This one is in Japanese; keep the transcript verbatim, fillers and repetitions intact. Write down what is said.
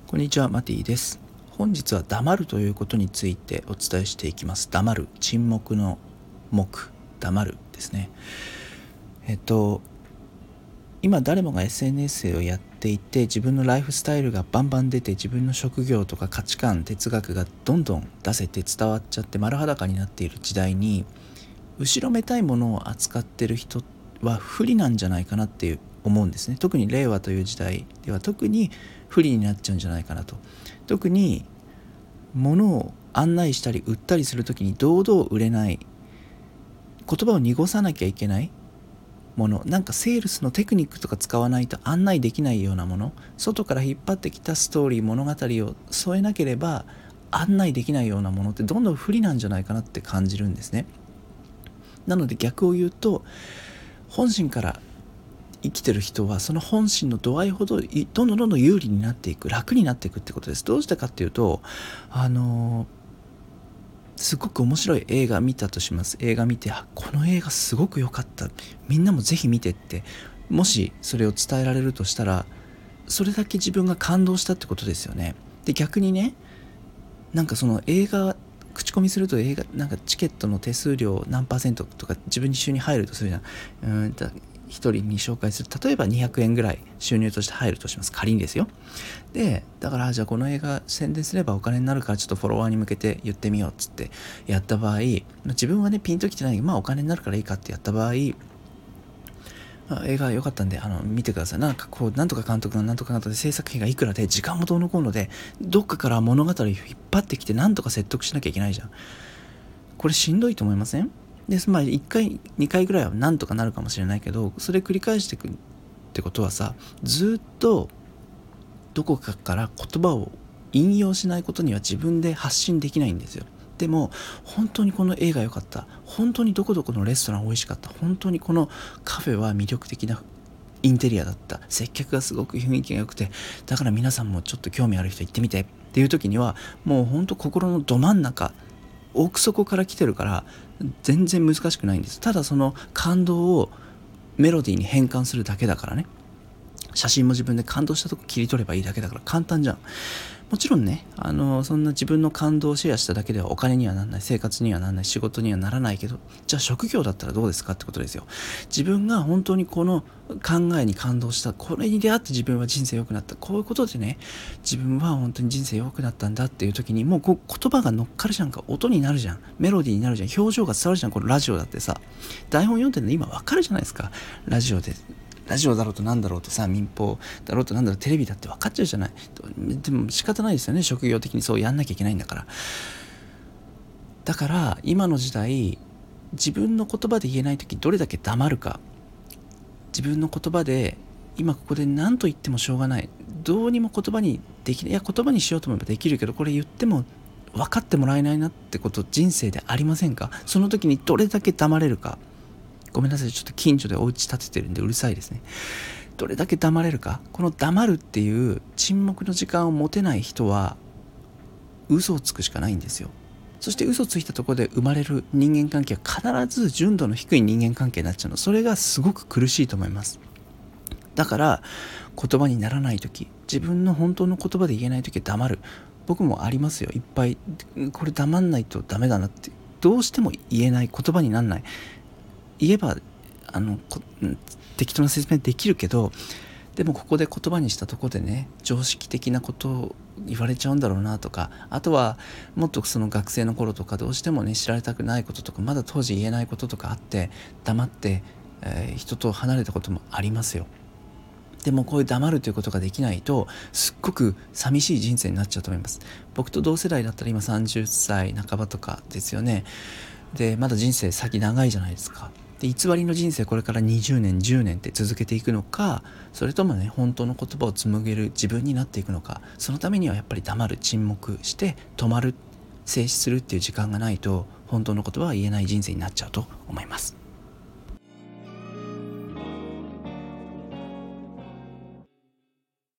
こんにちは、マティです。本日は黙るということについてお伝えしていきます。黙る、沈黙の黙、黙るですね。えっと今誰もが エスエヌエス をやっていて、自分のライフスタイルがバンバン出て、自分の職業とか価値観、哲学がどんどん出せて伝わっちゃって丸裸になっている時代に、後ろめたいものを扱ってる人は不利なんじゃないかなっていう思うんですね。特に令和という時代では特に不利になっちゃうんじゃないかなと。特に物を案内したり売ったりするときに堂々売れない、言葉を濁さなきゃいけないもの、なんかセールスのテクニックとか使わないと案内できないようなもの、外から引っ張ってきたストーリー物語を添えなければ案内できないようなものってどんどん不利なんじゃないかなって感じるんですね。なので逆を言うと、本心から生きてる人はその本心の度合いほどどんどんどんどん有利になっていく、楽になっていくってことです。どうしてかっていうと、あのー、すごく面白い映画見たとします。映画見て、あ、この映画すごく良かった、みんなもぜひ見てって、もしそれを伝えられるとしたら、それだけ自分が感動したってことですよね。で逆にね、なんかその映画口コミすると、映画なんかチケットの手数料何パーセントとか自分に収入入るとするじゃん。うーんだ一人に紹介する、例えばにひゃくえんぐらい収入として入るとします。仮にですよ。でだからじゃあこの映画宣伝すればお金になるから、ちょっとフォロワーに向けて言ってみようっつってやった場合、自分はねピンときてないけど、まあお金になるからいいかってやった場合、映画良かったんであの見てください。なんかこうなんとか監督のなんとか監督で制作費がいくらで時間もどうのこうので、どっかから物語を引っ張ってきてなんとか説得しなきゃいけないじゃん。これしんどいと思いません？でまあいっかいにかいぐらいはなんとかなるかもしれないけど、それ繰り返していくってことはさ、ずっとどこかから言葉を引用しないことには自分で発信できないんですよ。でも本当にこの映画良かった、本当にどこどこのレストラン美味しかった、本当にこのカフェは魅力的なインテリアだった、接客がすごく雰囲気が良くて、だから皆さんもちょっと興味ある人行ってみてっていう時には、もう本当心のど真ん中、奥底から来てるから全然難しくないんです。ただその感動をメロディーに変換するだけだからね。写真も自分で感動したとこ切り取ればいいだけだから簡単じゃん。もちろんね、あのそんな自分の感動をシェアしただけではお金にはならない、生活にはならない、仕事にはならないけど、じゃあ職業だったらどうですかってことですよ。自分が本当にこの考えに感動した、これに出会って自分は人生良くなった、こういうことでね、自分は本当に人生良くなったんだっていう時に、もうこう言葉が乗っかるじゃんか、音になるじゃん、メロディーになるじゃん、表情が伝わるじゃん。このラジオだってさ、台本読んでるの今わかるじゃないですか。ラジオでラジオだろうとなんだろうとさ、民放だろうとなんだろう、テレビだって分かっちゃうじゃない。でも仕方ないですよね、職業的にそうやんなきゃいけないんだから。だから今の時代、自分の言葉で言えない時どれだけ黙るか、自分の言葉で今ここで何と言ってもしょうがない、どうにも言葉にできない、いや言葉にしようと思えばできるけど、これ言っても分かってもらえないなってこと人生でありませんか？その時にどれだけ黙れるか。ごめんなさい、ちょっと近所でお家建ててるんでうるさいですね。どれだけ黙れるか。この黙るっていう沈黙の時間を持てない人は嘘をつくしかないんですよ。そして嘘ついたところで生まれる人間関係は必ず純度の低い人間関係になっちゃうの。それがすごく苦しいと思います。だから言葉にならない時、自分の本当の言葉で言えない時は黙る。僕もありますよ、いっぱい。これ黙んないとダメだなって、どうしても言えない、言葉にならない。言えばあの適当な説明できるけど、でもここで言葉にしたところでね、常識的なことを言われちゃうんだろうなとか、あとはもっとその学生の頃とかどうしてもね知られたくないこととか、まだ当時言えないこととかあって黙って、えー、人と離れたこともありますよ。でもこういう黙るということができないとすっごく寂しい人生になっちゃうと思います。僕と同世代だったら今さんじゅっさい半ばとかですよね。でまだ人生先長いじゃないですか。で偽りの人生これからにじゅうねんじゅうねんって続けていくのか、それともね本当の言葉を紡げる自分になっていくのか。そのためにはやっぱり黙る、沈黙して止まる、静止するっていう時間がないと本当の言葉は言えない人生になっちゃうと思います。